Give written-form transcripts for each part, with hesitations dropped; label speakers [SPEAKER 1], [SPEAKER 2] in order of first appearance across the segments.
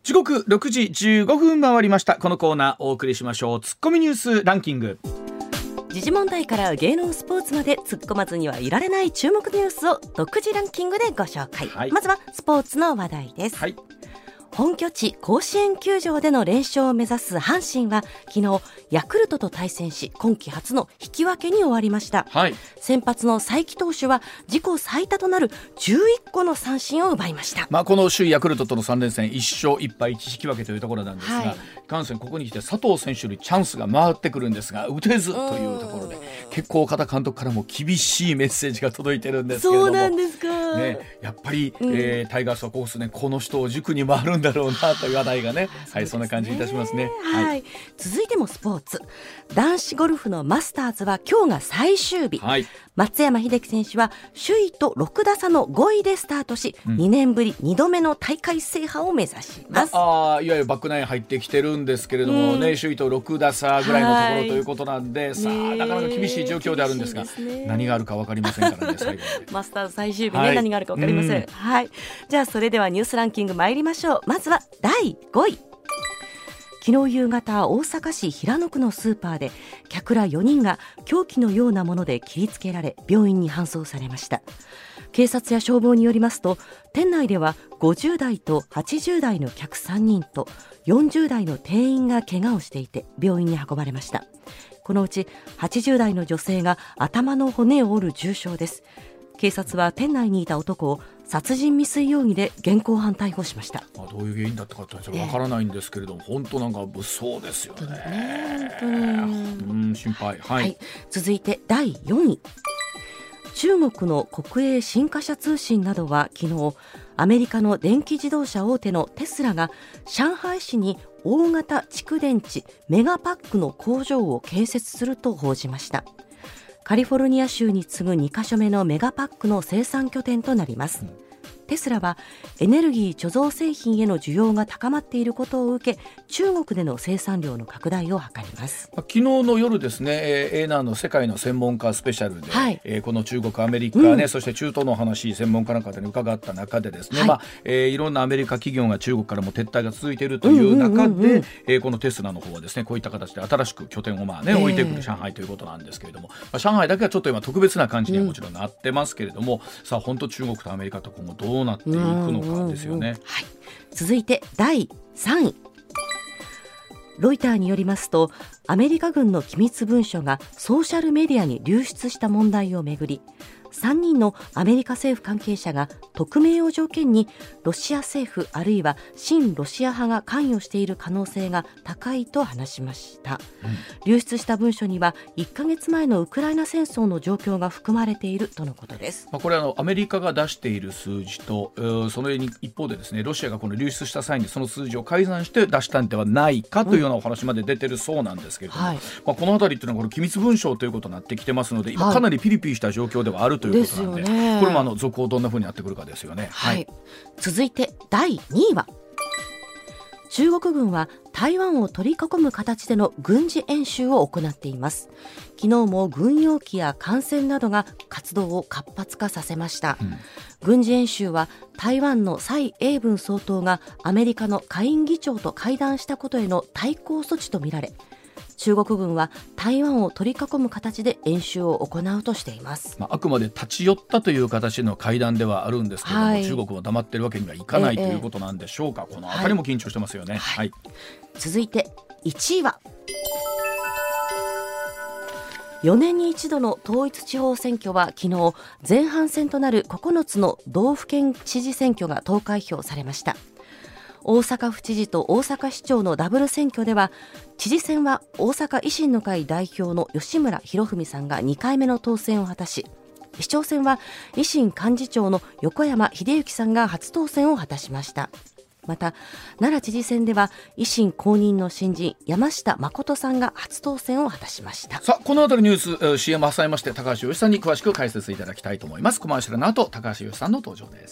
[SPEAKER 1] 時刻6時15分回りました。このコーナーお送りしましょう。ツッコミニュースランキング。
[SPEAKER 2] 時事問題から芸能スポーツまで突っ込まずにはいられない注目ニュースを独自ランキングでご紹介、はい、まずはスポーツの話題です、はい、本拠地甲子園球場での連勝を目指す阪神は昨日ヤクルトと対戦し今季初の引き分けに終わりました、はい、先発の才木投手は自己最多となる11個の三振を奪いました。
[SPEAKER 1] この首位ヤクルトとの3連戦1勝1敗1引き分けというところなんですが、はい、いかんせんここに来て佐藤選手にチャンスが回ってくるんですが打てずというところで結構岡田監督からも厳しいメッセージが届いてるんですけれども、
[SPEAKER 2] そうなんですか、
[SPEAKER 1] ね、やっぱり、タイガースはここですね、この人を軸に回るんだろうなという話題がね、はい、そんな感じいたしますね、
[SPEAKER 2] はい、続いてもスポーツ、男子ゴルフのマスターズは今日が最終日、はい、松山英樹選手は首位と6打差の5位でスタートし、2年ぶり2度目の大会制覇を目指します。
[SPEAKER 1] いわゆるバックナイン入ってきてるんですけれども、ね、首位と6打差ぐらいのところということなんで、さあなかなか厳しい状況であるんですが、何があるか分かりませんからね、最後まで
[SPEAKER 2] マスターズ最終日ね、はい、何があるか分かりません、はい、じゃあそれではニュースランキング参りましょう。まずは第5位。昨日夕方、大阪市平野区のスーパーで客ら4人が凶器のようなもので切りつけられ病院に搬送されました。警察や消防によりますと、店内では50代と80代の客3人と40代の店員が怪我をしていて病院に運ばれました。このうち80代の女性が頭の骨を折る重傷です。警察は店内にいた男を殺人未遂容疑で現行犯逮捕しました。
[SPEAKER 1] どういう原因だったかってわからないんですけれども、本当なんか物騒ですよね。心配、はいはい、
[SPEAKER 2] 続いて第4位。中国の国営新華社通信などは昨日、アメリカの電気自動車大手のテスラが上海市に大型蓄電池メガパックの工場を建設すると報じました。カリフォルニア州に次ぐ2カ所目のメガパックの生産拠点となります。テスラはエネルギー貯蔵製品への需要が高まっていることを受け、中国での生産量の拡大を図ります。
[SPEAKER 1] 昨日の夜ですね、エーナーの世界の専門家スペシャルで、はい、この中国アメリカね、そして中東の話専門家の方に伺った中でですね、はい、いろんなアメリカ企業が中国からも撤退が続いているという中で、このテスラの方はですね、こういった形で新しく拠点を置いてくる上海ということなんですけれども、上海だけはちょっと今特別な感じにはもちろんなってますけれども、さあ本当中国とアメリカと今後どうなっていくのかですよね。
[SPEAKER 2] はい、続いて第3位。ロイターによりますと、アメリカ軍の機密文書がソーシャルメディアに流出した問題をめぐり、3人のアメリカ政府関係者が匿名を条件にロシア政府あるいは親ロシア派が関与している可能性が高いと話しました、流出した文書には1ヶ月前のウクライナ戦争の状況が含まれているとのことです。
[SPEAKER 1] これはアメリカが出している数字と、その一方でですね、ロシアがこの流出した際にその数字を改ざんして出したんではないかというようなお話まで出てるそうなんですけれども、はい、このあたりというのはこの機密文書ということになってきてますので、今かなりピリピリした状況ではあるということなんで、これも続報どんな風になってくるかですよね。
[SPEAKER 2] はいはい、続いて第2位は、中国軍は台湾を取り囲む形での軍事演習を行っています。昨日も軍用機や艦船などが活動を活発化させました、軍事演習は台湾の蔡英文総統がアメリカの下院議長と会談したことへの対抗措置とみられ、中国軍は台湾を取り囲む形で演習を行うとしています。
[SPEAKER 1] あくまで立ち寄ったという形の会談ではあるんですけれども、はい、中国も黙っているわけにはいかないということなんでしょうか。このあたりも緊張してますよね。はい、
[SPEAKER 2] 続いて1位は、4年に一度の統一地方選挙は昨日、前半戦となる9つの道府県知事選挙が投開票されました。大阪府知事と大阪市長のダブル選挙では、知事選は大阪維新の会代表の吉村洋文さんが2回目の当選を果たし、市長選は維新幹事長の横山英幸さんが初当選を果たしました。また奈良知事選では維新公認の新人山下誠さんが初当選を果たしました。
[SPEAKER 1] さあ、このあたりニュース CM 挟みまして、高橋洋一さんに詳しく解説いただきたいと思います。コマーシャルの後、高橋洋一さんの登場です。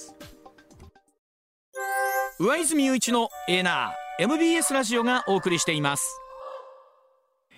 [SPEAKER 3] 上泉雄一のエナー MBS ラジオがお送りしています。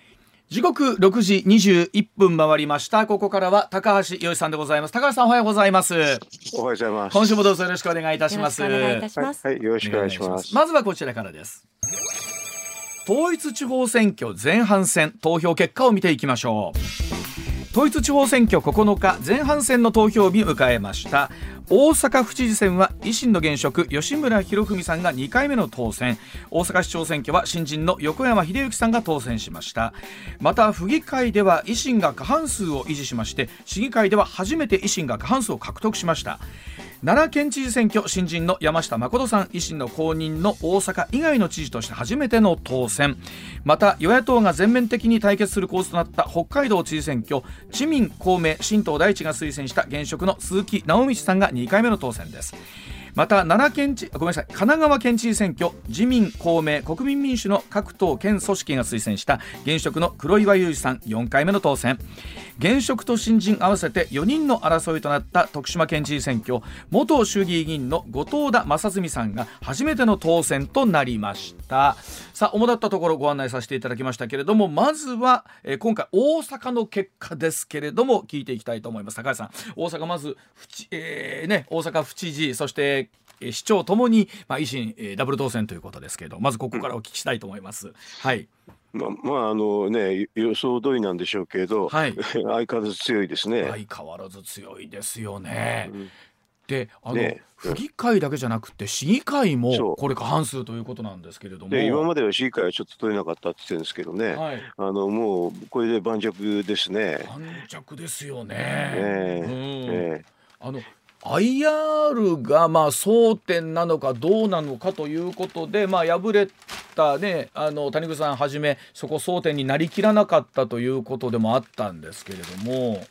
[SPEAKER 1] 時刻6時21分回りました。ここからは高橋洋一さんでございます。高橋さん、おはようございます。
[SPEAKER 3] おはようございます。
[SPEAKER 1] 今週もどうぞよろしくお願いいたします。
[SPEAKER 2] よろしくお願いいたします。
[SPEAKER 3] はい、よろしくお願いします。
[SPEAKER 1] まずはこちらからです。統一地方選挙前半戦投票結果を見ていきましょう。統一地方選挙9日前半戦の投票日を迎えました。大阪府知事選は維新の現職吉村洋文さんが2回目の当選。大阪市長選挙は新人の横山秀幸さんが当選しました。また府議会では維新が過半数を維持しまして、市議会では初めて維新が過半数を獲得しました。奈良県知事選挙、新人の山下誠さん、維新の公認の大阪以外の知事として初めての当選。また与野党が全面的に対決する構図となった北海道知事選挙、自民公明新党大地が推薦した現職の鈴木直道さんが2回目の当選です。また神奈川県知事選挙、自民公明国民民主の各党県組織が推薦した現職の黒岩祐二さん4回目の当選。現職と新人合わせて4人の争いとなった徳島県知事選挙、元衆議院議員の後藤田正純さんが初めての当選となりました。さあ、主だったところご案内させていただきましたけれども、まずは、今回大阪の結果ですけれども聞いていきたいと思います。高橋さん、大阪まず大阪府知事、そして市長ともに、維新、ダブル当選ということですけれど、まずここからお聞きしたいと思います。はい。
[SPEAKER 3] 予想通りなんでしょうけど、はい、相変わらず強いですね。
[SPEAKER 1] 相変わらず強いですよね。で、府議会だけじゃなくて市議会もこれ過半数ということなんですけれども、
[SPEAKER 3] 今までは市議会はちょっと取れなかったって言ってるんですけどね、はい、もうこれで盤石ですね。
[SPEAKER 1] 盤石ですよね。IR が争点なのかどうなのかということで、敗れた、谷口さんはじめそこ争点になりきらなかったということでもあったんですけれども、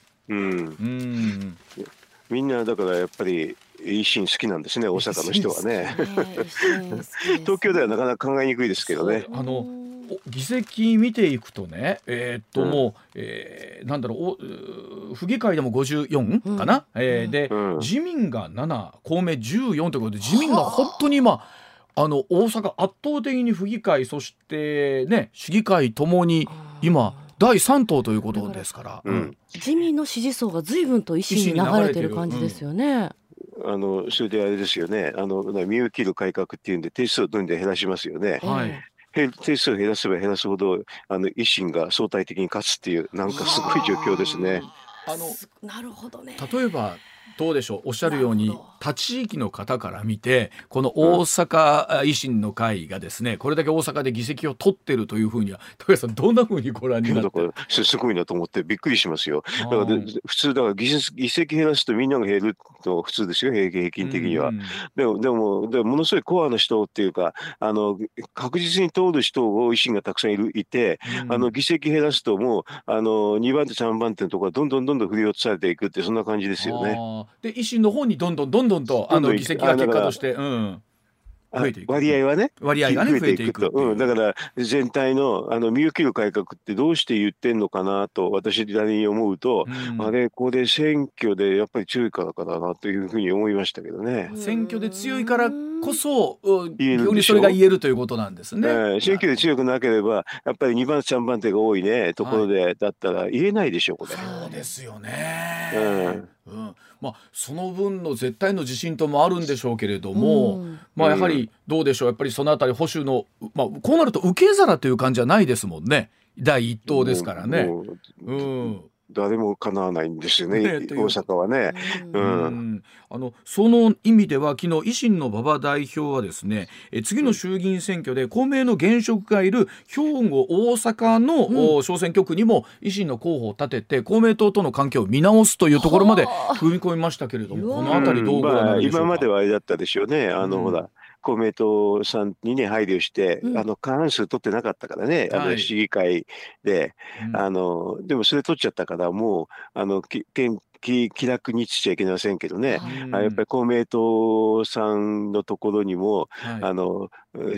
[SPEAKER 3] みんなだからやっぱり維新好きなんですね、大阪の人はね。東京ではなかなか考えにくいですけどね。
[SPEAKER 1] 議席見ていくとね、もう、府議会でも54かな、で、自民が7、公明14ということで、自民が本当に今大阪圧倒的に府議会、そしてね市議会ともに今第3党ということですから、
[SPEAKER 2] 自民の支持層が随分と維新に流れてる感じですよね。
[SPEAKER 3] それであれですよね、身を切る改革っていうんで定数をどんどん減らしますよね。定数を減らせば減らすほど維新が相対的に勝つっていう、なんかすごい状況ですね。
[SPEAKER 2] なるほどね。
[SPEAKER 1] 例えばどうでしょう、おっしゃるように他地域の方から見てこの大阪維新の会がですね、これだけ大阪で議席を取ってるというふうには高橋さんどんなふうにご覧になって。
[SPEAKER 3] すごいなと思ってびっくりしますよ。だから普通だから議席減らすとみんなが減ると普通ですよ、平均的には。でもものすごいコアな人っていうか確実に通る人を維新がたくさんいて、議席減らすともう2番手3番手のところがどんどん振り落とされていくって、そんな感じですよね。
[SPEAKER 1] で維新の方にどんどんと議席が結果として増えていく、
[SPEAKER 3] 割合がね
[SPEAKER 1] 増えていくと。
[SPEAKER 3] だから全体の身を切る改革ってどうして言ってんのかなと私なりに思うと、ここで選挙でやっぱり強いからかなというふうに思いましたけどね。
[SPEAKER 1] 選挙で強いからこそ逆にそれが言えるということなんですね。
[SPEAKER 3] 選挙で強くなければやっぱり2番手3番手が多いねところでだったら言えないでしょう、これ。
[SPEAKER 1] そうですよね。その分の絶対の自信ともあるんでしょうけれども、やはりどうでしょう、やっぱりそのあたり保守の、こうなると受け皿という感じじゃないですもんね、第一党ですからね。
[SPEAKER 3] 誰もかなわないんですよね、大阪はね。
[SPEAKER 1] その意味では昨日維新の馬場代表はですね、次の衆議院選挙で公明の現職がいる兵庫大阪の小選挙区にも維新の候補を立てて公明党との関係を見直すというところまで踏み込みましたけれども、このあたりどうご覧になるでしょうか。
[SPEAKER 3] 今まではあれだったでしょうね、ほら公明党さんにね配慮して、過半数取ってなかったからね、市議会で、でもそれ取っちゃったからもう気楽にしちゃいけませんけどね、やっぱり公明党さんのところにも、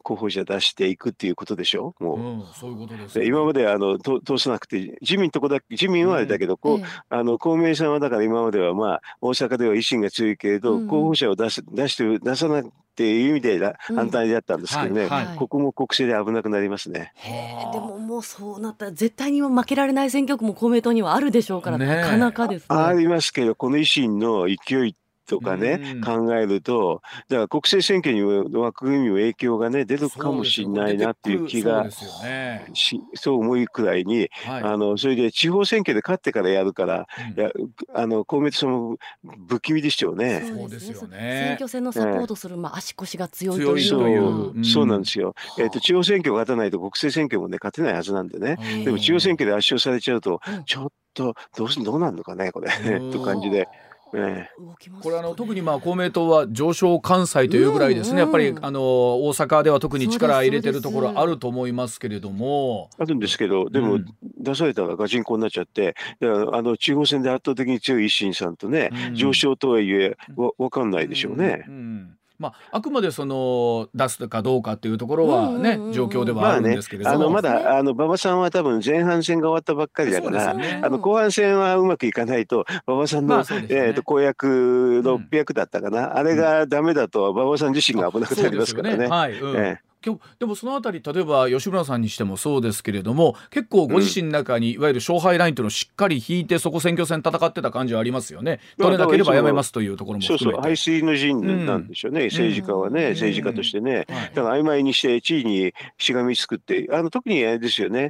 [SPEAKER 3] 候補者出していくっていうことでしょもう。
[SPEAKER 1] そういうことですね。
[SPEAKER 3] 今まで通さなくて、自民はあれだけど、公明さんはだから今までは大阪では維新が強いけれど、候補者を出さなくていう意味で反対だったんですけどね、ここも国政で危なくなりますね。
[SPEAKER 2] でももうそうなったら絶対に負けられない選挙区も公明党にはあるでしょうから、なかなかですね。
[SPEAKER 3] ありますけど、この維新の勢いとかね、考えると、だから国政選挙に枠組みも影響がね、出るかもしれないなっていう気がそう思うくらいに、それで地方選挙で勝ってからやるから、公明党さんも不気味でしょうね。
[SPEAKER 2] そうですよね。選挙戦のサポートする足腰が強いという
[SPEAKER 3] そうなんですよ。地方選挙が勝たないと国政選挙もね、勝てないはずなんでね。でも地方選挙で圧勝されちゃうと、ちょっとどうなるのかね、これと感じで。
[SPEAKER 1] これ特に公明党は上昇関西というぐらいですね、やっぱり大阪では特に力入れてるところあると思いますけれども。
[SPEAKER 3] あるんですけど、でも出されたらガチンコになっちゃって、地方選で圧倒的に強い維新さんとね、上昇とはいえ分かんないでしょうね。
[SPEAKER 1] あくまで出すかどうかっていうところはね、状況ではあるんですけれども、
[SPEAKER 3] まだ馬場さんは多分前半戦が終わったばっかりだから、後半戦はうまくいかないと、馬場さんの公約600だったかな、あれがダメだと馬場さん自身が危なくなりますからね。
[SPEAKER 1] でもそのあたり、例えば吉村さんにしてもそうですけれども、結構ご自身の中にいわゆる勝敗ラインというのをしっかり引いて、そこ選挙戦戦ってた感じはありますよね。取れなければやめますというところも含めて。
[SPEAKER 3] 背水の陣なんでしょうね、政治家はね、政治家としてね。だから曖昧にして地位にしがみつくって、特にあれですよね、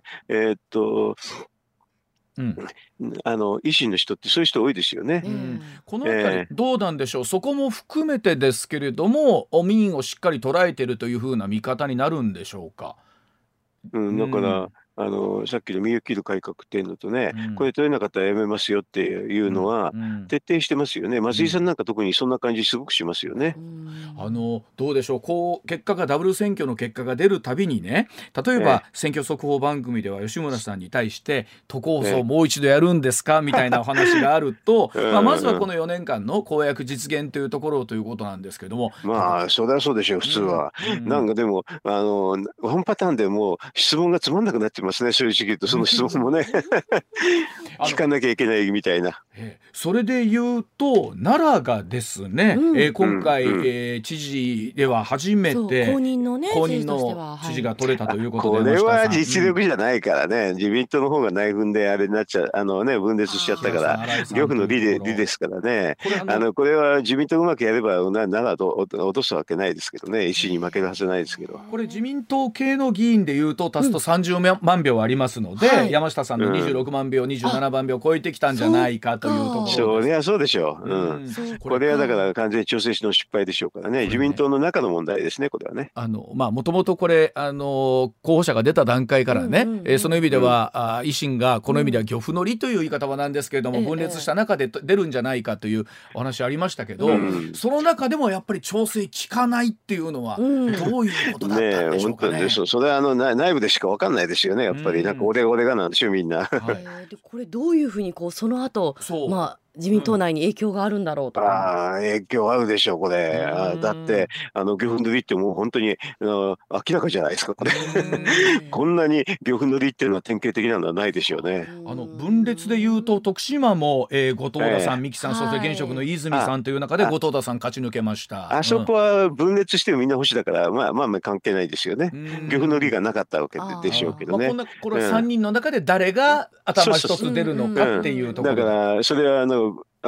[SPEAKER 3] 維新の人ってそういう人多いですよね。
[SPEAKER 1] このあたりどうなんでしょう、そこも含めてですけれども、民をしっかり捉えているというふうな見方になるんでしょうか。
[SPEAKER 3] だからさっきの身を切る改革っていうのとね、これ取れなかったらやめますよっていうのは徹底してますよね。松井さんなんか特にそんな感じすごくしますよね。
[SPEAKER 1] どうでしょう、結果がダブル選挙の結果が出るたびにね、例えば選挙速報番組では吉村さんに対して都構想もう一度やるんですかみたいなお話があると、まずはこの4年間の公約実現というところということなんですけども、
[SPEAKER 3] それはそうでしょう、普通は。なんかでもワンパターンでもう質問がつまんなくなってますね、正直言うと。その質問もね聞かなきゃいけないみたいな。
[SPEAKER 1] それで言うと奈良がですね、今回、知事では初めて
[SPEAKER 2] 公認の
[SPEAKER 1] 知事が取れたということで、
[SPEAKER 3] これは実力じゃないからね、自民党の方が内紛であれになっちゃう分裂しちゃったから、漁夫の利ですからね。これは自民党うまくやれば奈良と落とすわけないですけどね、維新に負けるはずないですけど。
[SPEAKER 1] これ自民党系の議員でいうと足すと30万票ありますので、山下さんの26万票、27万票超えてきたんじゃないかというところです。
[SPEAKER 3] そりゃそうでしょう。これはだから完全に調整の失敗でしょうからね。自民党の中の問題ですね、これはね。
[SPEAKER 1] もともとこれ候補者が出た段階からね、その意味では維新がこの意味では漁夫の利という言い方はなんですけれども、分裂した中で出るんじゃないかというお話ありましたけど、その中でもやっぱり調整効かないっていうのはどういうことだったんでしょうかね。
[SPEAKER 3] それは内部でしか分かんないですよね、やっぱり。なんか俺がなんでしょう、みんな。
[SPEAKER 2] でこれどういうふうにその後自民党内に影響があるんだろうとか。
[SPEAKER 3] 影響あるでしょう、これ。だって漁夫の利ってもう本当に明らかじゃないですか、これ。こんなに漁夫の利っていうのは典型的なのはないでしょうね。
[SPEAKER 1] 分裂でいうと徳島も、後藤田さん、三木さん、そして現職の泉さんという中で後藤田さん勝ち抜けました。
[SPEAKER 3] あそこは分裂してもみんな保守だから、関係ないですよね。漁夫の利がなかったわけでしょうけどね。
[SPEAKER 1] この3人の中で誰が頭一つ出るのかっていうところ。
[SPEAKER 3] だからそれは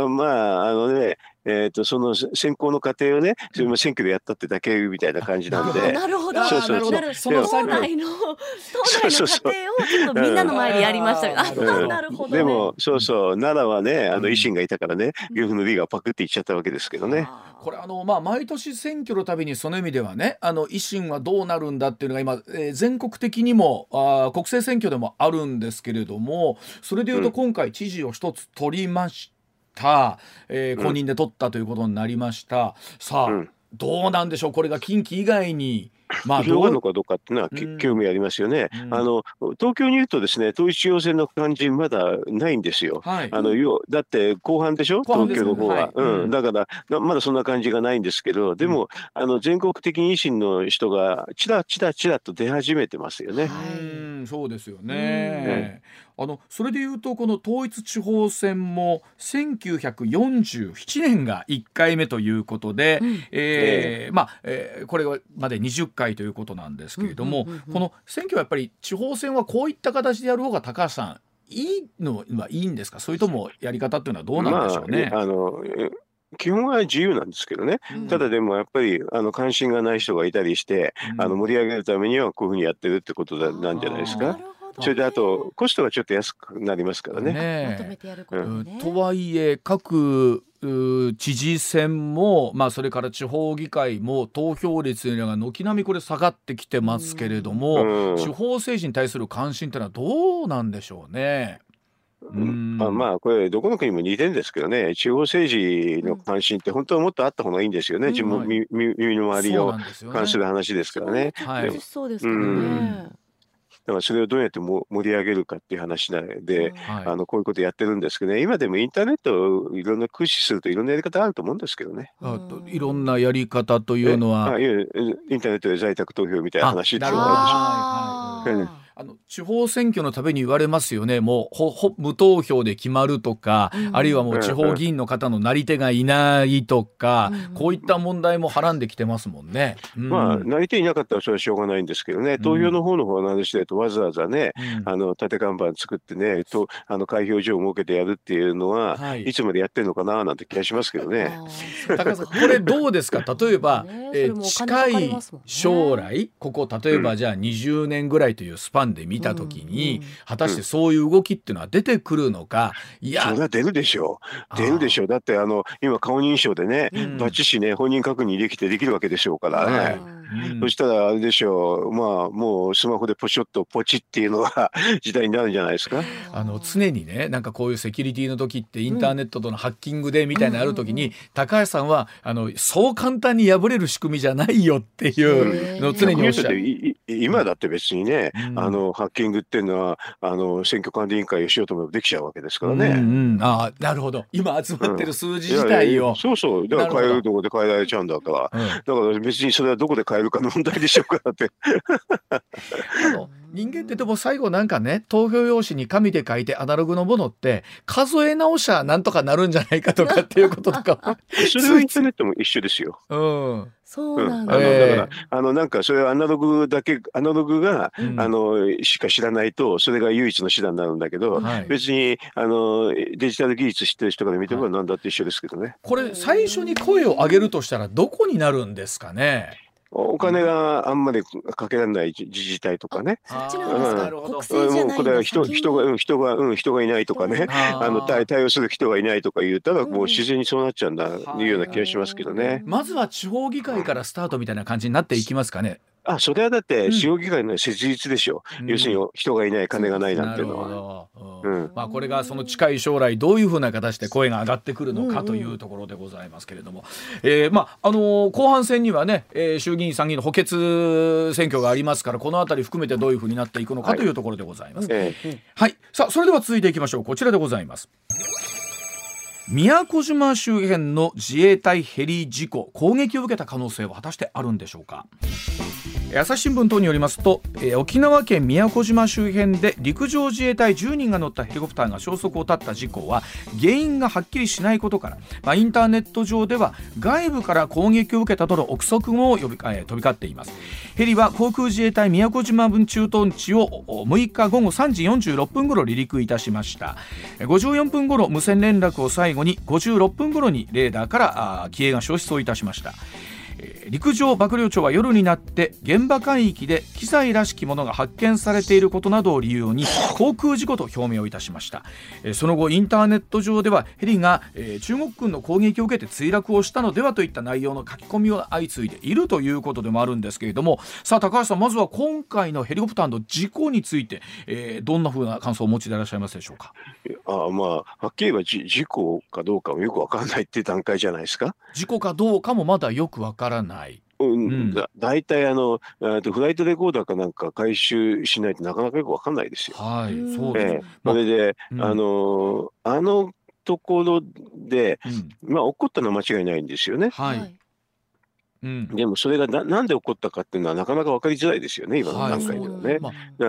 [SPEAKER 3] その選考の過程をね、選挙でやったってだけみたいな感じなんで。
[SPEAKER 2] なるほど。その党内の過程をちょっとみんなの前でやりましたが、なるほど。
[SPEAKER 3] でも奈良はね、維新がいたからね、漁夫の利がパクっていっちゃったわけですけどね。
[SPEAKER 1] これ毎年選挙のたびにその意味ではね、維新はどうなるんだっていうのが今、全国的にも国政選挙でもあるんですけれども、それでいうと今回知事を一つ取りました。公認で取ったということになりました。さあ、どうなんでしょう、これが近畿以外に
[SPEAKER 3] 広がるのかどうかっていうのは、興味ありますよね。東京にいるとですね、統一地方選の感じまだないんですよ。だって後半でしょ、東京の方は。だからまだそんな感じがないんですけど、でも全国的に維新の人がちらちらと出始めてますよね。
[SPEAKER 1] そうですよね。それでいうとこの統一地方選も1947年が1回目ということで、これまで20回ということなんですけれども、この選挙はやっぱり地方選はこういった形でやる方が高橋さんいいのはいいんですか、それともやり方っていうのはどうなんでしょうね。
[SPEAKER 3] 基本は自由なんですけどね、ただでもやっぱり関心がない人がいたりして、盛り上げるためにはこういうふうにやってるってことなんじゃないですか。それであとコストがちょっと安くなりますからね。
[SPEAKER 2] まとめてやることね。
[SPEAKER 1] とはいえ各知事選も、それから地方議会も投票率が軒並みこれ下がってきてますけれども、地方政治に対する関心ってのはどうなんでしょうね。
[SPEAKER 3] これどこの国も似てるんですけどね、地方政治の関心って本当はもっとあった方がいいんですよね。耳の周りを関する話ですからね。
[SPEAKER 2] そうですけどね。
[SPEAKER 3] だからそれをどうやって盛り上げるかっていう話なので、こういうことやってるんですけどね、今でもインターネットをいろんな駆使するといろんなやり方あると思うんですけどね。
[SPEAKER 1] いろんなやり方というのは、
[SPEAKER 3] インターネットで在宅投票みたいな話っていうのがあるでしょ。
[SPEAKER 1] 地方選挙のために言われますよね。もう無投票で決まるとか、あるいはもう地方議員の方のなり手がいないとか、こういった問題もはらんできてますもんね。
[SPEAKER 3] なり手いなかったらそれはしょうがないんですけどね、投票の方の話だとわざわざね、縦看板作ってね開票所を設けてやるっていうのは、いつまでやってるのかななんて気がしますけどね。
[SPEAKER 1] 高橋さん、これどうですか。例えば、近い将来ここ例えばじゃあ20年ぐらいというスパンで見たときに、果たしてそういう動きっていうのは出てくるのか。
[SPEAKER 3] それは出るでしょう。だって今顔認証でね、バッチシね本人確認できるわけでしょうからね。そしたらあれでしょう、もうスマホでポチっていうのが時代になるんじゃないですか。
[SPEAKER 1] 常にね、なんかこういうセキュリティの時ってインターネットとのハッキングでみたいなのある時に、高橋さんはそう簡単に破れる仕組みじゃないよっていうのを常におっしゃる。
[SPEAKER 3] 今だって別にね、ハッキングっていうのは選挙管理委員会をしようと思えばできちゃうわけですからね。
[SPEAKER 1] なるほど。今集まってる数字自体を、
[SPEAKER 3] そうだから変えるとこで変えられちゃうんだから、だから別にそれはどこで変えるかの問題でしょうからって
[SPEAKER 1] 人間ってでも最後なんかね、投票用紙に紙で書いてアナログのものって数え直しゃなんとかなるんじゃないかとかっていうこととか
[SPEAKER 3] それはインターネットも一緒ですよ。
[SPEAKER 2] そうなんだ。
[SPEAKER 3] だからなんかそれはアナログが、しか知らないとそれが唯一の手段になるんだけど、別にデジタル技術知ってる人から見ても何だって一緒ですけどね。
[SPEAKER 1] これ最初に声を上げるとしたらどこになるんですかね。
[SPEAKER 3] お金があんまりかけられない自治体とかね。
[SPEAKER 2] そっちなんですか。国政じゃないんだ。
[SPEAKER 3] これは人がいないとかね、対応する人がいないとか言ったらもう自然にそうなっちゃうんだいうような気がしますけどね。
[SPEAKER 1] まずは地方議会からスタートみたいな感じになっていきますかね。
[SPEAKER 3] それはだって地方議会の設立でしょ。要するに人がいない金がないなんていうのは。
[SPEAKER 1] これがその近い将来どういうふうな形で声が上がってくるのかというところでございますけれども、後半戦にはね、衆議院参議院の補欠選挙がありますから、このあたり含めてどういうふうになっていくのかというところでございます。さあそれでは続いていきましょう。こちらでございます。宮古島周辺の自衛隊ヘリ事故、攻撃を受けた可能性は果たしてあるんでしょうか。朝日新聞等によりますと、沖縄県宮古島周辺で陸上自衛隊10人が乗ったヘリコプターが消息を絶った事故は原因がはっきりしないことから、インターネット上では外部から攻撃を受けたとの憶測も飛び交っています。ヘリは航空自衛隊宮古島分駐屯地を6日午後3時46分ごろ離陸いたしました。54分ごろ無線連絡を最後に56分ごろにレーダーから機影が消失をいたしました。陸上幕僚長は夜になって現場海域で機材らしきものが発見されていることなどを理由に航空事故と表明をいたしました。その後インターネット上ではヘリが中国軍の攻撃を受けて墜落をしたのではといった内容の書き込みが相次いでいるということでもあるんですけれども、さあ高橋さん、まずは今回のヘリコプターの事故について、どんなふうな感想をお持ちでいらっしゃいますでしょうか。
[SPEAKER 3] はっきり言えば事故かどうかもよくわからないっていう段階じゃないですか。
[SPEAKER 1] 事故かどうかもまだよくわからない。
[SPEAKER 3] 大体フライトレコーダーかなんか回収しないとなかなかよく分かんないですよ。
[SPEAKER 1] はい、そうです。
[SPEAKER 3] それで、ところで、まあ起こったのは間違いないんですよね。
[SPEAKER 1] はい。
[SPEAKER 3] でもそれがなんで起こったかっていうのはなかなか分かりづらいですよね、今の段階ではね。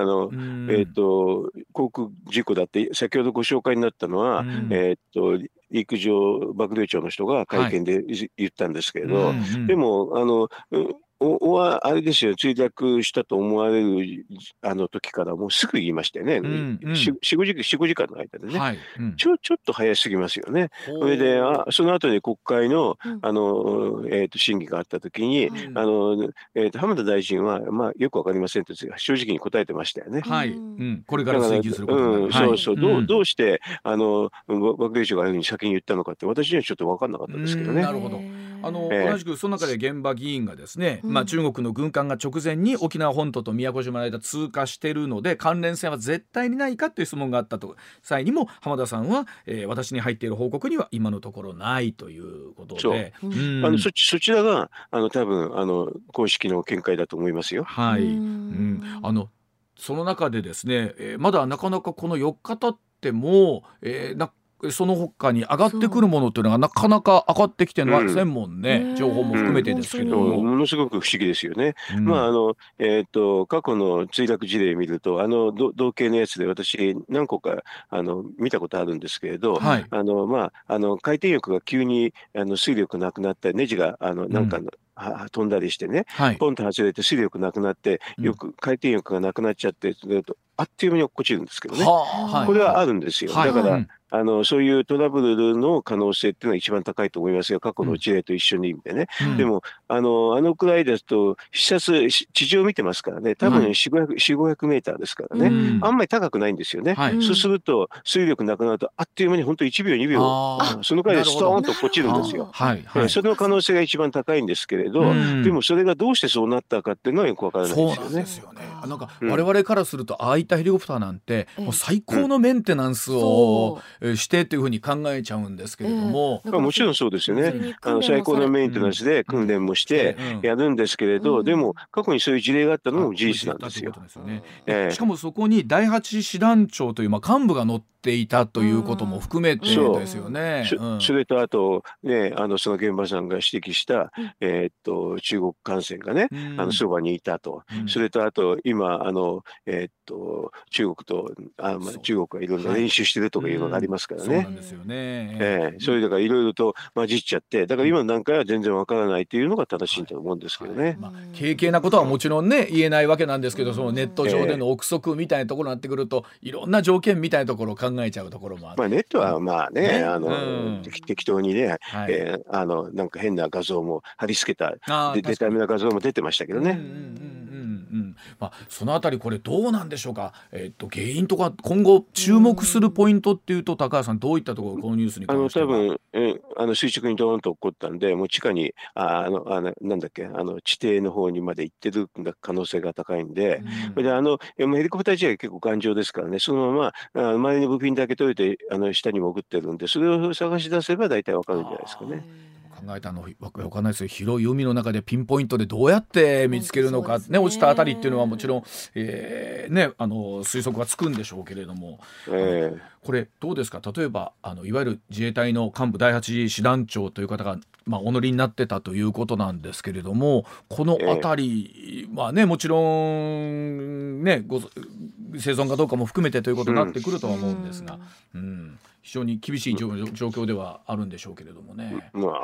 [SPEAKER 3] 航空事故だって先ほどご紹介になったのは、陸上幕僚長の人が会見で言ったんですけれど、でもあれですよ、墜落したと思われる時からもうすぐ言いましたよね、4、5時間の間でね、ちょっと早すぎますよね。それでその後に国会の、審議があった時に、浜田大臣は、まあ、よくわかりませんと正直に答えてましたよね。
[SPEAKER 1] これから追及することになる。
[SPEAKER 3] そう、どうして幕僚長がああいうふうに先に言ったのかって私にはちょっと分かんなかったですけどね。
[SPEAKER 1] なるほど。同じくその中で現場議員がですね、中国の軍艦が直前に沖縄本島と宮古島の間通過しているので関連性は絶対にないかという質問があった際にも浜田さんは、私に入っている報告には今のところないということで、
[SPEAKER 3] そちらが多分公式の見解だと思いますよ。
[SPEAKER 1] はい。その中でですね、まだなかなかこの4日経っても、その他に上がってくるものというのがなかなか上がってきてるのは専門ね、情報も含めてですけども、
[SPEAKER 3] ものすごく不思議ですよね。過去の墜落事例見ると同型のやつで私何個か見たことあるんですけれど、回転翼が急に推力なくなったネジがなんか飛んだりしてね、ポンと外れて推力なくなって回転翼がなくなっちゃってあっという間に落っこちるんですけどね、これはあるんですよ。だからそういうトラブルの可能性っていうのは一番高いと思いますが、過去の事例と一緒に見てね、でもくらいですと地上見てますからね、多分400-500メーターですからね、あんまり高くないんですよね。そうすると推力なくなるとあっという間に本当1秒2秒そのくらいでストーンと落っこちるんですよ。それの可能性が一番高いんですけれど、でもそれがどうしてそうなったかっていうのはよくわからないですよね。
[SPEAKER 1] そうなんですよね。なんか我々からするとああいったヘリコプターなんてもう最高のメンテナンスをしてというふうに考えちゃうんですけれども、
[SPEAKER 3] もちろんそうですよね。最高のメンテナンスで訓練もしてやるんですけれど、でも過去にそういう事例があったのも事実なんですよ。
[SPEAKER 1] しかもそこに第8師団長という幹部が乗っていたということも含めてですよね。
[SPEAKER 3] それとあとね、その現場さんが指摘した中国艦船がねそばにいたと、それとあと今中国がいろんな練習してるとかいうのがありますからね。
[SPEAKER 1] そうなんですよね。
[SPEAKER 3] それだからいろいろと混じっちゃって、だから今の段階は全然わからないというのが正しいと思うんですけどね。
[SPEAKER 1] 軽々なことはもちろんね言えないわけなんですけど、そのネット上での憶測みたいなところになってくるといろんな条件みたいなところを考えちゃうところもある。
[SPEAKER 3] ネットはまあね、適当にね、なんか変な画像も貼り付けたデタめな画像も出てましたけどね。
[SPEAKER 1] そのあたりこれどうなんでしょうか。原因とか今後注目するポイントっていうと高橋さんどういったところこのニュースに関しては。
[SPEAKER 3] 多分垂直にドーンと起こったんで、もう地下になんだっけ地底の方にまで行ってる可能性が高いんで、ヘリコプター自体結構頑丈ですからね、そのまま周りの部品だけ取れて下に潜ってるんで、それを探し出せば大体わかるんじゃないですかね。
[SPEAKER 1] 考えたのわかんないですよ。広い海の中でピンポイントでどうやって見つけるのか、ね、落ちたあたりっていうのはもちろん、推測がつくんでしょうけれども、これどうですか。例えばいわゆる自衛隊の幹部第8師団長という方が、お乗りになってたということなんですけれども、このあたり、もちろんね生存かどうかも含めてということになってくるとは思うんですが、非常に厳しい状況ではあるんでしょうけれどもね。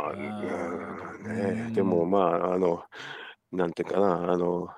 [SPEAKER 3] でもなんていうかな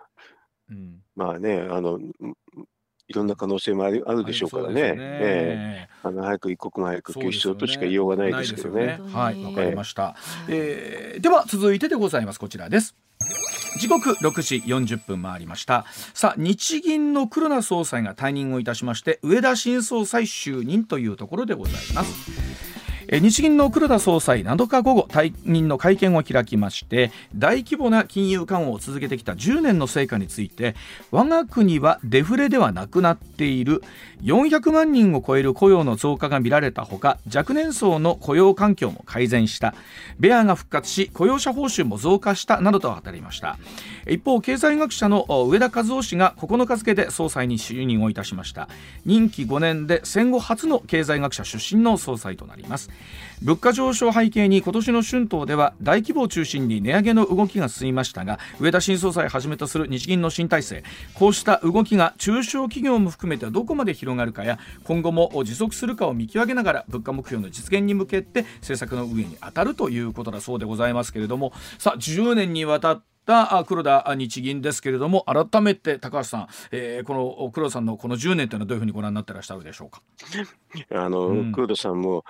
[SPEAKER 3] いろんな可能性もあるでしょうからね。早く一刻も早く救出としか言いようがないですけどね。
[SPEAKER 1] はい、わかりました。では続いてでございます。こちらです。時刻6時40分回りました。さあ、日銀の黒田総裁が退任をいたしまして、植田新総裁就任というところでございます。 日銀の黒田総裁7日午後退任の会見を開きまして、大規模な金融緩和を続けてきた10年の成果について、我が国はデフレではなくなっている、400万人を超える雇用の増加が見られたほか、若年層の雇用環境も改善した、ベアが復活し雇用者報酬も増加したなどと語りました。一方、経済学者の上田和夫氏が9日付で総裁に就任をいたしました。任期5年で戦後初の経済学者出身の総裁となります。物価上昇背景に今年の春闘では大規模を中心に値上げの動きが進みましたが、上田新総裁をはじめとする日銀の新体制、こうした動きが中小企業も含めてどこまで広がるかや、今後も持続するかを見極めながら物価目標の実現に向けて政策の運営に当たるということだそうでございますけれども、さあ10年にわたった黒田日銀ですけれども、改めて高橋さん、この黒田さんのこの10年というのはどういうふうにご覧になってらっしゃるでしょうか。
[SPEAKER 3] 黒田さんも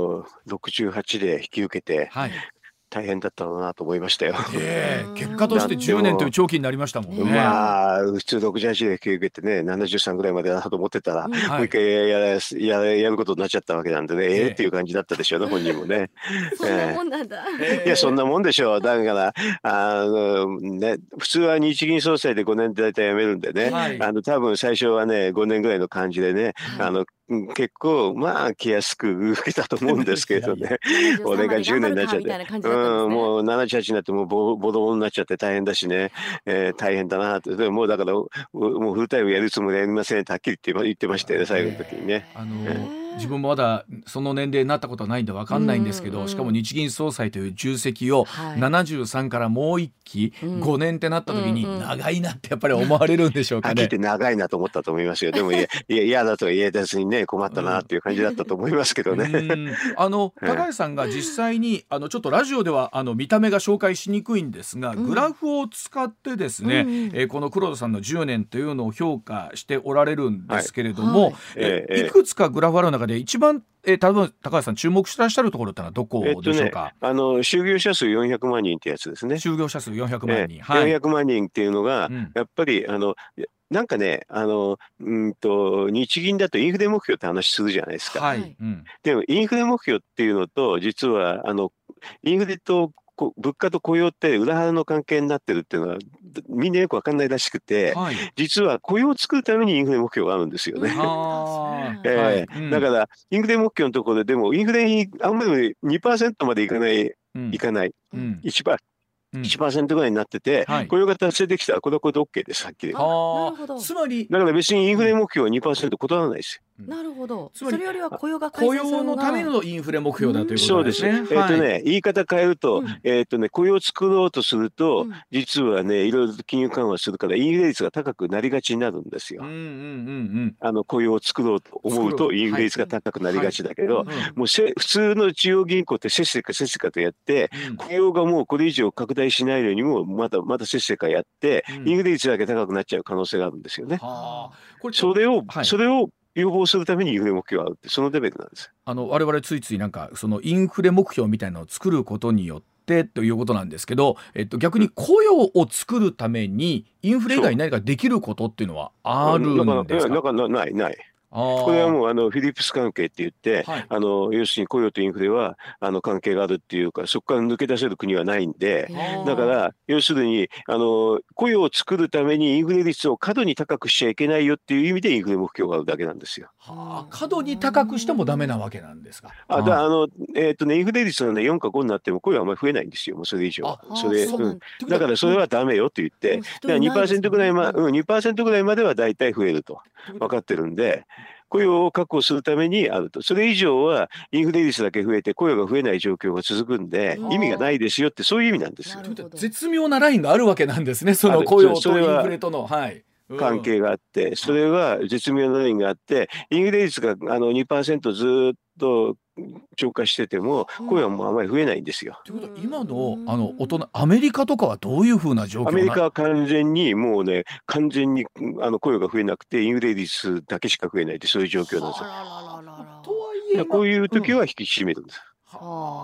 [SPEAKER 3] 68で引き受けて、はい、大変だったろうなと思いましたよ。
[SPEAKER 1] 結果として10年という長期になりましたもんね。
[SPEAKER 3] まあ普通68で引き受けてね、73ぐらいまでだなと思ってたら、もう一回やることになっちゃったわけなんでね、っていう感じだったでしょうね、本人もね。
[SPEAKER 2] そんなもんなんだ。
[SPEAKER 3] いや、そんなもんでしょう。だからね、普通は日銀総裁で5年で大体辞めるんでね、多分最初はね5年ぐらいの感じでね、結構まあ気安く受けたと思うんですけどね。俺が10年になっちゃって、もう78になってもうボロボロになっちゃって大変だしね、大変だなって。でももうだからもうフルタイムやるつもりはありませんってはっきり言ってましたよね、最後の時にね。
[SPEAKER 1] 自分もまだその年齢になったことはないんで分かんないんですけど、しかも日銀総裁という重責を73からもう1期5年ってなった時に長いなってやっぱり思われるんでしょうかね。
[SPEAKER 3] はっきり言って長いなと思ったと思いますよ。でも嫌だとは言えずにね、困ったなっていう感じだったと思いますけどね。
[SPEAKER 1] 高橋さんが実際にちょっとラジオでは見た目が紹介しにくいんですが、グラフを使ってですね、この黒田さんの10年というのを評価しておられるんですけれども、いくつかグラフある中で一番多分高橋さん注目してらっしゃるところってのはどこでしょうか。
[SPEAKER 3] 就業者数400万人ってやつですね。
[SPEAKER 1] 就業者数400万人、
[SPEAKER 3] 400万人っていうのが、やっぱりなんかね、日銀だとインフレ目標って話するじゃないですか。でもインフレ目標っていうのと、実はインフレと物価と雇用って裏腹の関係になってるっていうのはみんなよく分かんないらしくて、実は雇用を作るためにインフレ目標があるんですよね。だからインフレ目標のところでもインフレにあんまり 2% までいかない、1% ぐらいになってて、雇用が達成できたらこれはこれで OK です、はっきり。
[SPEAKER 1] つまり
[SPEAKER 3] だから別にインフレ目標は 2% 異ならないですよ。
[SPEAKER 2] なるほど。それよりは雇用が改善するのが、
[SPEAKER 1] 雇用のためのインフレ目標だということですね。
[SPEAKER 3] そうです。言い方変えると、雇用を作ろうとすると、実はね、いろいろと金融緩和するからインフレ率が高くなりがちになるんですよ。雇用を作ろうと思うとインフレ率が高くなりがちだけど、もう普通の中央銀行ってせっせかとやって、雇用がもうこれ以上拡大しないようにもまたせっせかやって、インフレ率だけ高くなっちゃう可能性があるんですよね。それを予防するためにインフレ目標があるって、そのレベルなんです。
[SPEAKER 1] 我々ついついなんかそのインフレ目標みたいなのを作ることによってということなんですけど、逆に雇用を作るためにインフレ以外に何かできることっていうのはあるんですか。
[SPEAKER 3] ない。これはもうフィリップス関係って言って、要するに雇用とインフレは関係があるっていうか、そこから抜け出せる国はないんで、だから要するに雇用を作るためにインフレ率を過度に高くしちゃいけないよっていう意味でインフレ目標があるだけなんですよ。
[SPEAKER 1] 過度に高くしてもダメなわけなんですか。
[SPEAKER 3] インフレ率がね4か5になっても雇用はあんまり増えないんですよ。もうそれ以上は。だからそれはダメよって言って、だから 2% ぐらい2% ぐらいまではだいたい増えると分かってるんで、雇用を確保するためにあると。それ以上はインフレ率だけ増えて雇用が増えない状況が続くんで意味がないですよって、そういう意味なんですよ。
[SPEAKER 1] 絶妙なラインがあるわけなんですね、その雇用とインフレとの。
[SPEAKER 3] 関係があって、それは絶妙なラインがあって、インフレ率が2% ずっと超過してても雇用もあまり増えないんですよ。
[SPEAKER 1] ということは今の大人アメリカとかはどういうふうな状況。
[SPEAKER 3] アメリカは完全に雇用が増えなくてインフレ率だけしか増えないって、そういう状況なんですよ。こういう時は引き締めるんです。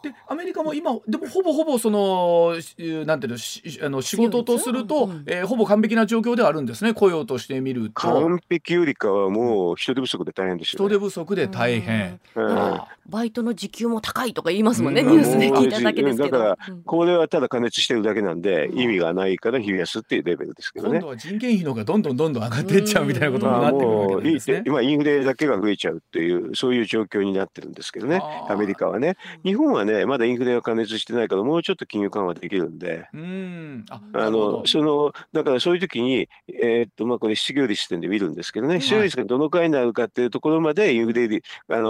[SPEAKER 1] でアメリカも今でもほぼそのなんていうの仕事とすると、ほぼ完璧な状況ではあるんですね。雇用として見ると
[SPEAKER 3] 完璧よりかはもう人手不足で大変ですよね。
[SPEAKER 1] 人手不足で大変、
[SPEAKER 2] バイトの時給も高いとか言いますもんね、ニュースで聞いただけですけど。
[SPEAKER 3] だからこれはただ加熱してるだけなんで意味がないから冷やすっていうレベルですけどね。
[SPEAKER 1] 今度は人件費の方がどんどん上がっていっちゃうみたいなことになってくるわけなんですね。
[SPEAKER 3] 今インフレだけが増えちゃうっていうそういう状況になってるんですけどね、アメリカはね。日本はねまだインフレが加熱してないからもうちょっと金融緩和できるんで、だからそういう時にこれ失業率ってんで見るんですけどね、失業率がどのくらいになるかっていうところまでインフレ率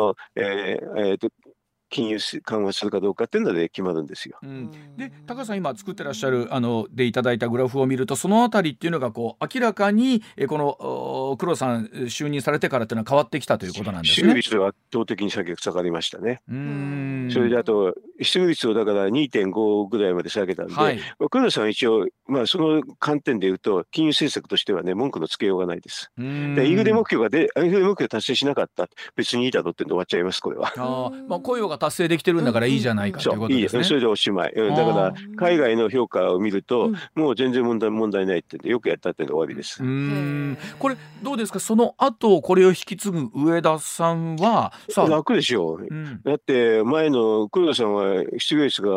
[SPEAKER 3] 金融緩和するかどうかっていうので決まるんですよ。
[SPEAKER 1] で高橋さん今作ってらっしゃるでいただいたグラフを見るとそのあたりっていうのがこう明らかにこの黒田さん就任されてからっていうのは変わってきたということなんですね。
[SPEAKER 3] 失業率は圧倒的に下がりましたね。それであと失業率をだから 2.5 ぐらいまで下げたんで、黒田さんは一応その観点でいうと金融政策としてはね文句のつけようがないです。インフレ目標達成しなかった別にいいだろうってんで終わっちゃいますこれは。
[SPEAKER 1] 雇用が達成できてるんだからいいじゃないかということですね。
[SPEAKER 3] それでおしまい。だから海外の評価を見るともう全然問題ないってんでよくやったってんで終わりです。
[SPEAKER 1] これどうですか、その後これを引き継ぐ上田さんは
[SPEAKER 3] 楽でしょう。だって前の黒田さんは失業率が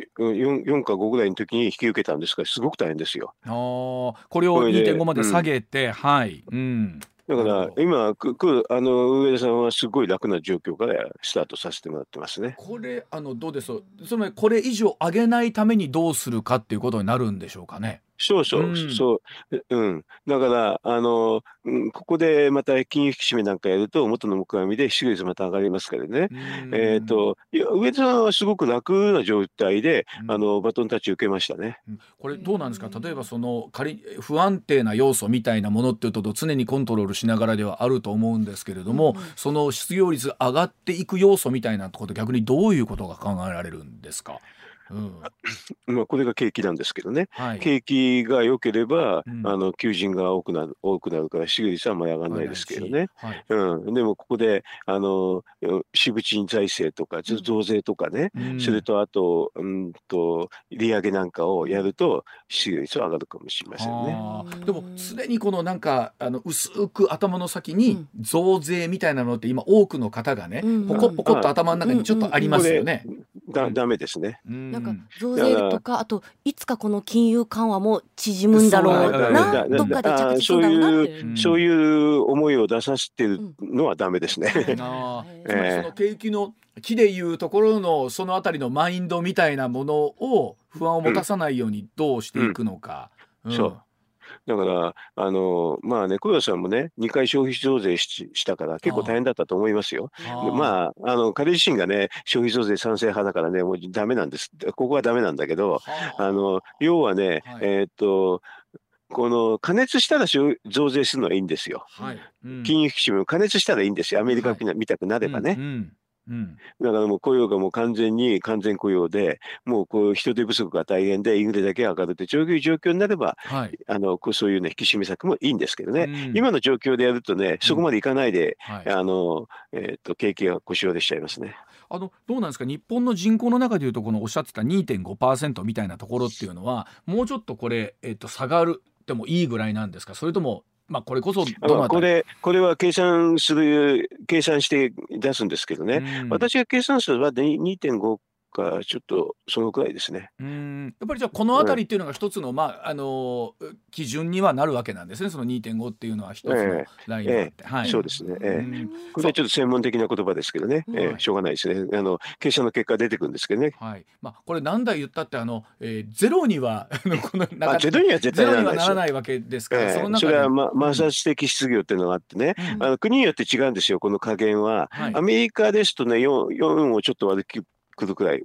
[SPEAKER 3] 4か5ぐらいの時に引き受けたんですからすごく大変ですよ。
[SPEAKER 1] これを 2.5 まで下げて、
[SPEAKER 3] だから今上田さんはすごい楽な状況からスタートさせてもらってますね。
[SPEAKER 1] これどうですそのこれ以上上げないためにどうするかっていうことになるんでしょうかね。
[SPEAKER 3] そう、だからここでまた金融引き締めなんかやると元の木阿弥で失業率また上がりますからね。上田さんはすごく楽な状態でバトンタッチ受けましたね。
[SPEAKER 1] これどうなんですか、例えばその不安定な要素みたいなものっていうと常にコントロールしながらではあると思うんですけれども、その失業率上がっていく要素みたいなところで逆にどういうことが考えられるんですか。
[SPEAKER 3] これが景気なんですけどね、景気が良ければ求人が多くなるから失業率はあんまり上がらないですけどね。でもここで支部賃財政とか増税とかね、それとあと利上げなんかをやると失業率は上がるかもしれませんね。
[SPEAKER 1] でもすでにこのなんか薄く頭の先に増税みたいなのって今多くの方がねポコポコっと頭の中にちょっとありますよね。
[SPEAKER 3] ダメですね。
[SPEAKER 2] なんか増税とかあといつかこの金融緩和も縮むんだろうな、どっかで着地するんだろうなって
[SPEAKER 3] そういう思いを出させてるのはダメですね。
[SPEAKER 1] つまりその景気の木でいうところのそのあたりのマインドみたいなものを不安を持たさないようにどうしていくのか。
[SPEAKER 3] だから黒田さんもね2回消費増税したから結構大変だったと思いますよ。彼自身がね消費増税賛成派だからねもうダメなんです。ここはダメなんだけど要はね、この加熱したら増税するのはいいんですよ。金融引き締めも加熱したらいいんですよ。アメリカみたくなればね。だからもう雇用がもう完全雇用でもうこう人手不足が大変でインフレだけ上がるってそういう状況になれば、そういうね引き締め策もいいんですけどね、今の状況でやるとねそこまでいかないで、景気が腰折れしちゃいますね。
[SPEAKER 1] どうなんですか、日本の人口の中でいうとこのおっしゃってた 2.5% みたいなところっていうのはもうちょっとこれ、下がるでもいいぐらいなんですか、それともこれこそ
[SPEAKER 3] これは計算して出すんですけどね、私が計算するのは 2.5 かちょっとそのくらいですね。
[SPEAKER 1] やっぱりじゃあこのあたりっていうのが一つの、基準にはなるわけなんですね。その 2.5 っていうのは一つのラインがあって、
[SPEAKER 3] そうですね。これはちょっと専門的な言葉ですけどね、しょうがないですね。計算の結果出てくるんですけどね。
[SPEAKER 1] これ何台言ったってゼロには
[SPEAKER 3] ゼロには絶対
[SPEAKER 1] ならないわけですから、
[SPEAKER 3] それは摩擦的失業っていうのがあってね、国によって違うんですよこの加減は。アメリカですとね 4をちょっと割るくらい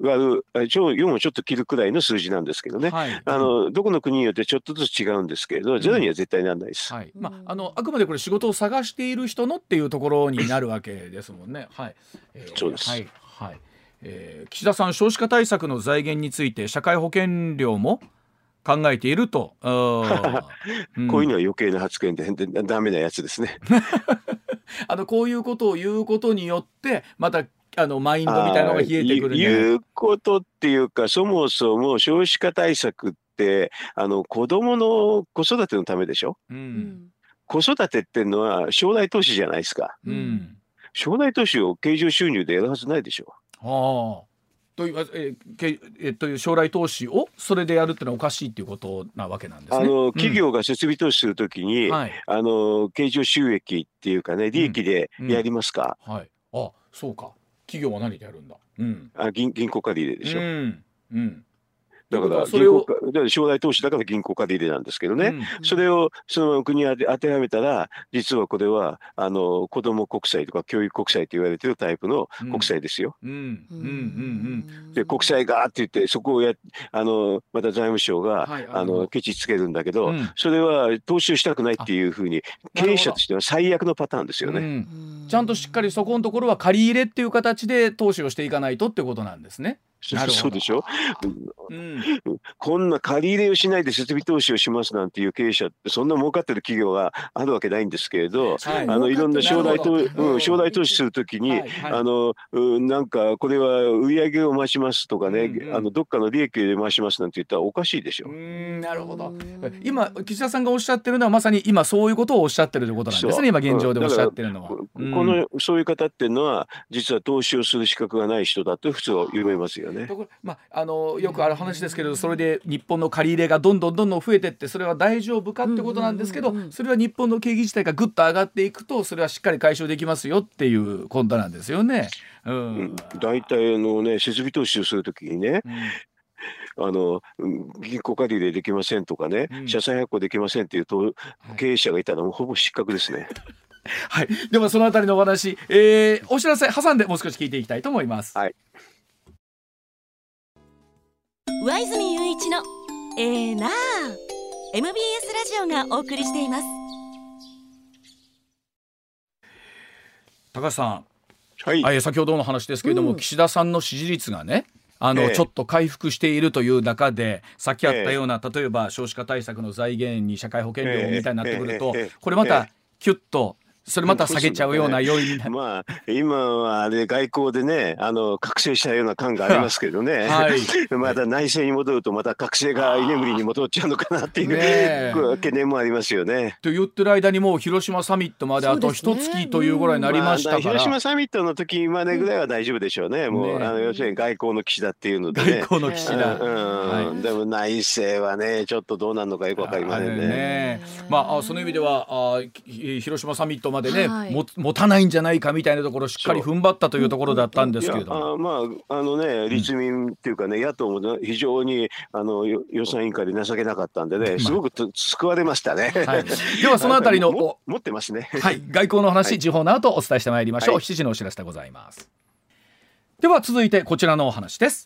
[SPEAKER 3] 4をちょっと切るくらいの数字なんですけどね、どこの国によってちょっとずつ違うんですけれどゼロには絶対ならないです。
[SPEAKER 1] あくまでこれ仕事を探している人のっていうところになるわけですもんね。
[SPEAKER 3] そうです。
[SPEAKER 1] 岸田さん、少子化対策の財源について社会保険料も考えていると
[SPEAKER 3] こういうのは余計な発言でダメなやつですね。
[SPEAKER 1] こういうことを言うことによってまたマインドみたいなのが冷えてくるんじゃない
[SPEAKER 3] いうことっていうか、そもそも少子化対策って子供の子育てのためでしょ。子育てっていうのは将来投資じゃないですか。将来投資を経常収入でやるはずないでしょ。
[SPEAKER 1] という将来投資をそれでやるってのはおかしいっていうことなわけなんですね。
[SPEAKER 3] 企業が設備投資するときに、経常収益っていうかね、利益でやりますか。
[SPEAKER 1] そうか。企業は何でやるんだ。
[SPEAKER 3] 銀行借り入れでしょ。だか
[SPEAKER 1] だから
[SPEAKER 3] ら
[SPEAKER 1] それを
[SPEAKER 3] 将来投資だから銀行借り入れなんですけどね、それをそのまま国に当てはめたら、実はこれは子ども国債とか教育国債と言われてるタイプの国債ですよ。で国債がーって言ってそこをまた財務省がケチつけるんだけど、それは投資をしたくないっていうふうに経営者としては最悪のパターンですよね。
[SPEAKER 1] ちゃんとしっかりそこのところは借り入れっていう形で投資をしていかないとってことなんですね。
[SPEAKER 3] そうでしょ。こんな借り入れをしないで設備投資をしますなんていう経営者ってそんな儲かってる企業があるわけないんですけれど、いろんな将来投資するときになんかこれは売上を増しますとかね、どっかの利益で増しますなんて言ったらおかしいでしょ。
[SPEAKER 1] なるほど。今岸田さんがおっしゃってるのはまさに今そういうことをおっしゃってるということなんですね。今現状でおっしゃってるのは、
[SPEAKER 3] そういう方っていうのは実は投資をする資格がない人だと普通は言えますよね。
[SPEAKER 1] よくある話ですけれど、それで日本の借り入れがどんどん増えてって、それは大丈夫かってことなんですけど、それは日本の景気自体がぐっと上がっていくとそれはしっかり解消できますよっていうことなんですよね。
[SPEAKER 3] 大体設備投資をするときにね、銀行借り入れできませんとかね、社債発行できませんっていう経営者がいたらほぼ失格ですね。
[SPEAKER 1] はい、でもそのあたりのお話、お知らせ挟んでもう少し聞いていきたいと思います。
[SPEAKER 2] 上泉雄一のMBS ラジオがお送りしています。
[SPEAKER 1] 高橋さん、先ほどの話ですけれども、岸田さんの支持率がねちょっと回復しているという中で、さっきあったような、例えば少子化対策の財源に社会保険料みたいになってくると、これまたキュッとそれまた下げちゃうような要因になる。
[SPEAKER 3] 今は外交でね覚醒したような感がありますけどね、また内政に戻るとまた覚醒が居眠りに戻っちゃうのかなっていう懸念もありますよね。
[SPEAKER 1] と言ってる間にもう広島サミットまであと一月というぐらいになりましたから、
[SPEAKER 3] 広島サミットの時までぐらいは大丈夫でしょうね。もう要するに外交の岸田っていうのでね。
[SPEAKER 1] 外交の岸田、
[SPEAKER 3] でも内政はねちょっとどうなるのかよく分かりませんね。
[SPEAKER 1] その意味では広島サミットまでね、持たないんじゃないかみたいなところをしっかり踏ん張ったというところだったんですけれども、立民っていうかね、野党も非常に予算委員会で情けなかったんでね、すごく救われましたね。 ではそのあたりの
[SPEAKER 3] 持ってますね。
[SPEAKER 1] 外交の話、時報の後お伝えしてまいりましょう。7時のお知らせでございます。では続いてこちらのお話です。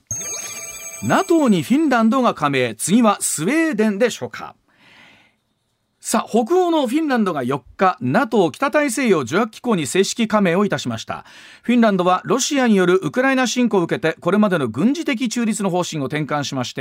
[SPEAKER 1] NATO にフィンランドが加盟、次はスウェーデンでしょうか。さあ、北欧のフィンランドが4日 NATO 北大西洋条約機構に正式加盟をいたしました。フィンランドはロシアによるウクライナ侵攻を受けてこれまでの軍事的中立の方針を転換しまして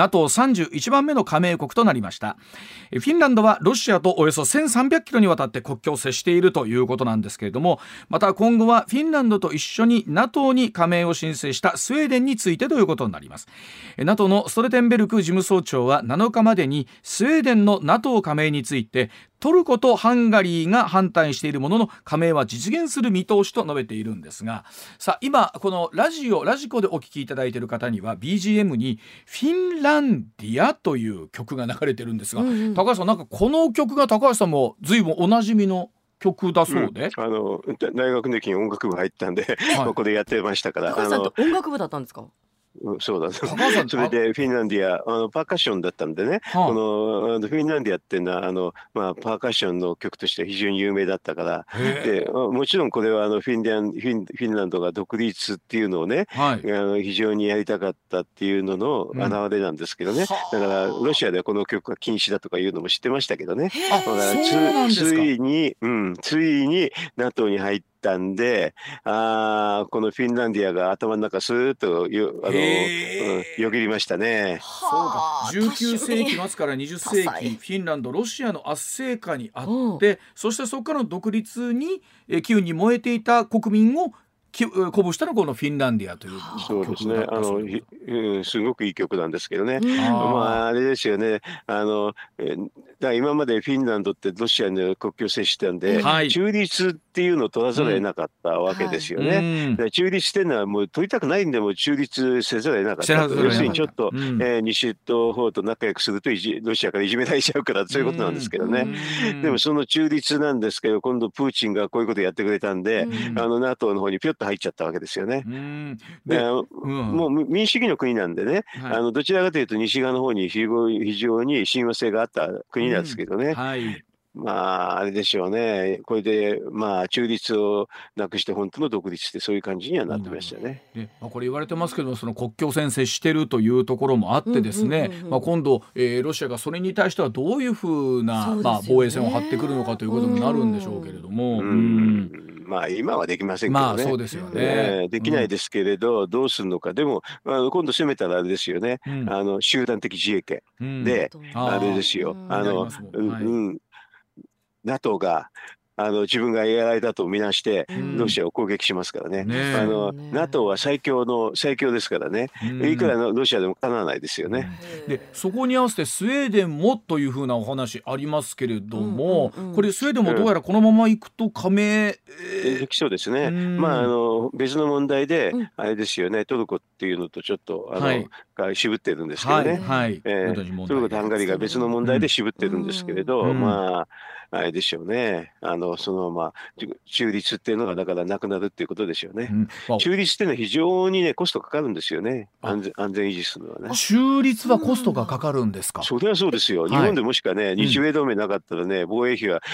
[SPEAKER 1] NATO31 番目の加盟国となりました。フィンランドはロシアとおよそ1300キロにわたって国境を接しているということなんですけれども、また今後はフィンランドと一緒に NATO に加盟を申請したスウェーデンについてということになります。 NATO のストルテンベルク事務総長は7日までにスウェーデンの NATO 加盟についてトルコとハンガリーが反対しているものの加盟は実現する見通しと述べているんですが、さあ今このラジコでお聞きいただいている方には BGM にフィンランディアという曲が流れてるんですが、高橋さん、なんかこの曲が高橋さんも随分おなじみの曲だそうで、
[SPEAKER 3] 大学の時に音楽部入ったんで、ここでやってましたから。
[SPEAKER 2] 高橋さんって音楽部だったんですか？
[SPEAKER 3] そうだ。それでフィンランディアパーカッションだったんでね、このフィンランディアっていうのはパーカッションの曲としては非常に有名だったから、でもちろんこれはフィンランドが独立っていうのをね、非常にやりたかったっていうのの表れなんですけどね、だからロシアではこの曲が禁止だとかいうのも知ってましたけどね。だからついに NATO に入ったんで、このフィンランディアが頭の中スーッとよぎりましたね。
[SPEAKER 1] そうか、19世紀末から20世紀フィンランドロシアの圧政下にあって、そしてそこからの独立に機運に燃えていた国民を鼓舞したのはこのフィンランディアという
[SPEAKER 3] そうですね。
[SPEAKER 1] 曲だったそうです。
[SPEAKER 3] すごくいい曲なんですけどね。まあ、あれですよね。だから今までフィンランドってロシアに国境を接してたんで、中立っていうのを取らざるを得なかったわけですよね。だから中立っていうのはもう取りたくないんでも中立せざるを得なかった。要するにちょっと、西と方と仲良くするとロシアからいじめられちゃうからそういうことなんですけどね。でもその中立なんですけど、今度プーチンがこういうことやってくれたんで、NATO の方にピョッと入っちゃったわけですよね。もう民主主義の国なんでね、どちらかというと西側の方に非常に親和性があった国なんですけどね。まあ、あれでしょうね。これで、まあ、中立をなくして本当の独立ってそういう感じにはなってましたね。
[SPEAKER 1] これ言われてますけど、その国境線接してるというところもあってですね、今度、ロシアがそれに対してはどういうふうな、防衛線を張ってくるのかということになるんでしょうけれども。
[SPEAKER 3] まあ、今はできませんけどね。
[SPEAKER 1] そうですよね。
[SPEAKER 3] できないですけれど、どうするのか。でも、今度攻めたらあれですよね。集団的自衛権。で、あれですよ。NATO が自分がやられたとみなしてロシアを攻撃しますからね。NATO は最強ですからね。いくらのロシアでもかなわないですよね。
[SPEAKER 1] でそこに合わせてスウェーデンもというふうなお話ありますけれども、これスウェーデンもどうやらこのままいくと加盟
[SPEAKER 3] できそうですね。まあ別の問題であれですよね。トルコっていうのとちょっとが渋ってるんですけどね。トルコとハンガリーが別の問題で渋ってるんですけれど、まああれでしょうね。そのまま中立っていうのがだからなくなるっていうことでしょうね。中立っていうのは非常にねコストかかるんですよね。安全維持するのはね。
[SPEAKER 1] 中立はコストがかかるんですか。
[SPEAKER 3] それはそうですよ。日本でもしかね日米同盟なかったらね防衛費は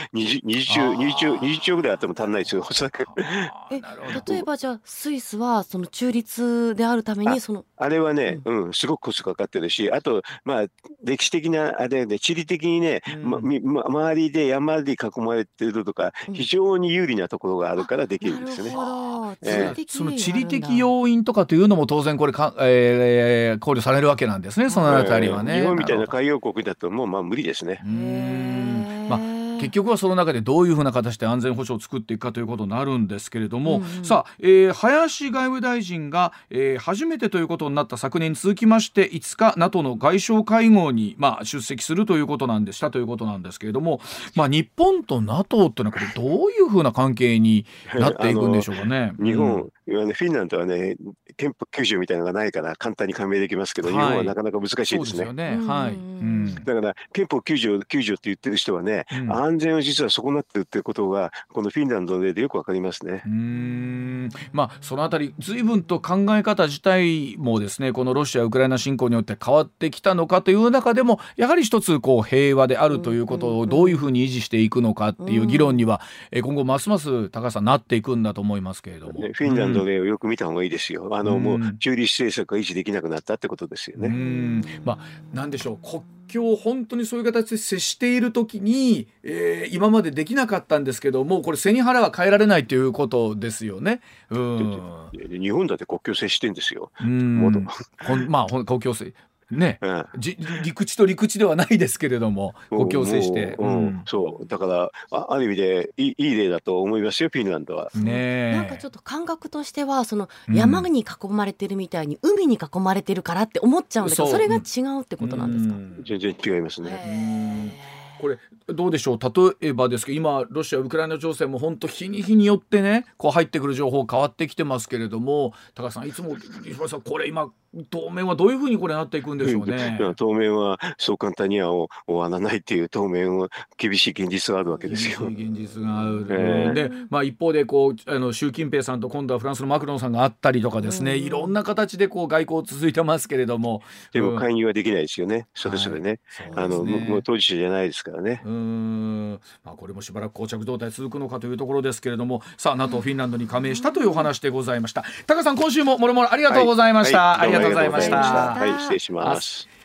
[SPEAKER 3] 20兆ぐらいあっても足んないですよ。
[SPEAKER 2] 例えばじゃあスイスはその中立であるために
[SPEAKER 3] あれはね、すごくコストかかってるし、あとまあ歴史的なあれで地理的にね、周りで山に囲まれてるとか非常に有利なところがあるからできるんですね。
[SPEAKER 1] その地理的要因とかというのも当然これ考慮されるわけなんですね。そのあたりはね。
[SPEAKER 3] 日本みたいな海洋国だともう無理ですね。
[SPEAKER 1] 結局はその中でどういうふうな形で安全保障を作っていくかということになるんですけれども、さあ、林外務大臣が、初めてということになった昨年に続きまして5日 NATO の外相会合に、出席するということなんでしたということなんですけれども、日本と NATO っていうのはこれどういうふうな関係になっていくんでしょうかね。
[SPEAKER 3] 日本、フィンランドはね憲法90みたいなのがないから簡単に加盟できますけど、日本はなかなか難しいですね。
[SPEAKER 1] そうですよね。
[SPEAKER 3] だから憲法90って言ってる人はね、安全は実は損なってるってことがこのフィンランドの例でよくわかりますね。
[SPEAKER 1] そのあたり随分と考え方自体もですね、このロシア・ウクライナ侵攻によって変わってきたのかという中でもやはり一つ平和であるということをどういうふうに維持していくのかっていう議論には今後ますます高橋さんなっていくんだと思いますけれども、
[SPEAKER 3] フィンランドの例をよく見た方がいいですよ。もう中立政策が維持できなくなったってことですよね。
[SPEAKER 1] なんでしょう、国境を本当にそういう形で接しているときに、今までできなかったんですけども、これ背に腹は変えられないということですよね。
[SPEAKER 3] 日本だって国境接してんですよ。
[SPEAKER 1] 国境接陸地と陸地ではないですけれども国境を接して
[SPEAKER 3] そうだからある意味でいい例だと思いますよ、フィンランドは。
[SPEAKER 2] なんかちょっと感覚としてはその山に囲まれてるみたいに海に囲まれてるからって思っちゃうんだけど、それが違うってことなんですか。
[SPEAKER 3] 全然違いますね。
[SPEAKER 1] これどうでしょう。例えばですけど今ロシア・ウクライナ情勢も本当日に日によってね入ってくる情報変わってきてますけれども、高橋さんいつも石橋さんこれ今当面はどういうふうにこれなっていくんでしょうね。
[SPEAKER 3] 当面はそう簡単には終わらないっていう当面は厳しい現実があるわけですよ。
[SPEAKER 1] 現実がある、で、一方で習近平さんと今度はフランスのマクロンさんがあったりとかですね、いろんな形で外交続いてますけれども、
[SPEAKER 3] でも介入はできないですよね、それぞれね。もう当事者じゃないですからね。
[SPEAKER 1] これもしばらく膠着状態続くのかというところですけれども、さあ NATO フィンランドに加盟したというお話でございました。高橋さん今週ももろもろありがとうございました。ありがとうございました。
[SPEAKER 3] 失礼します。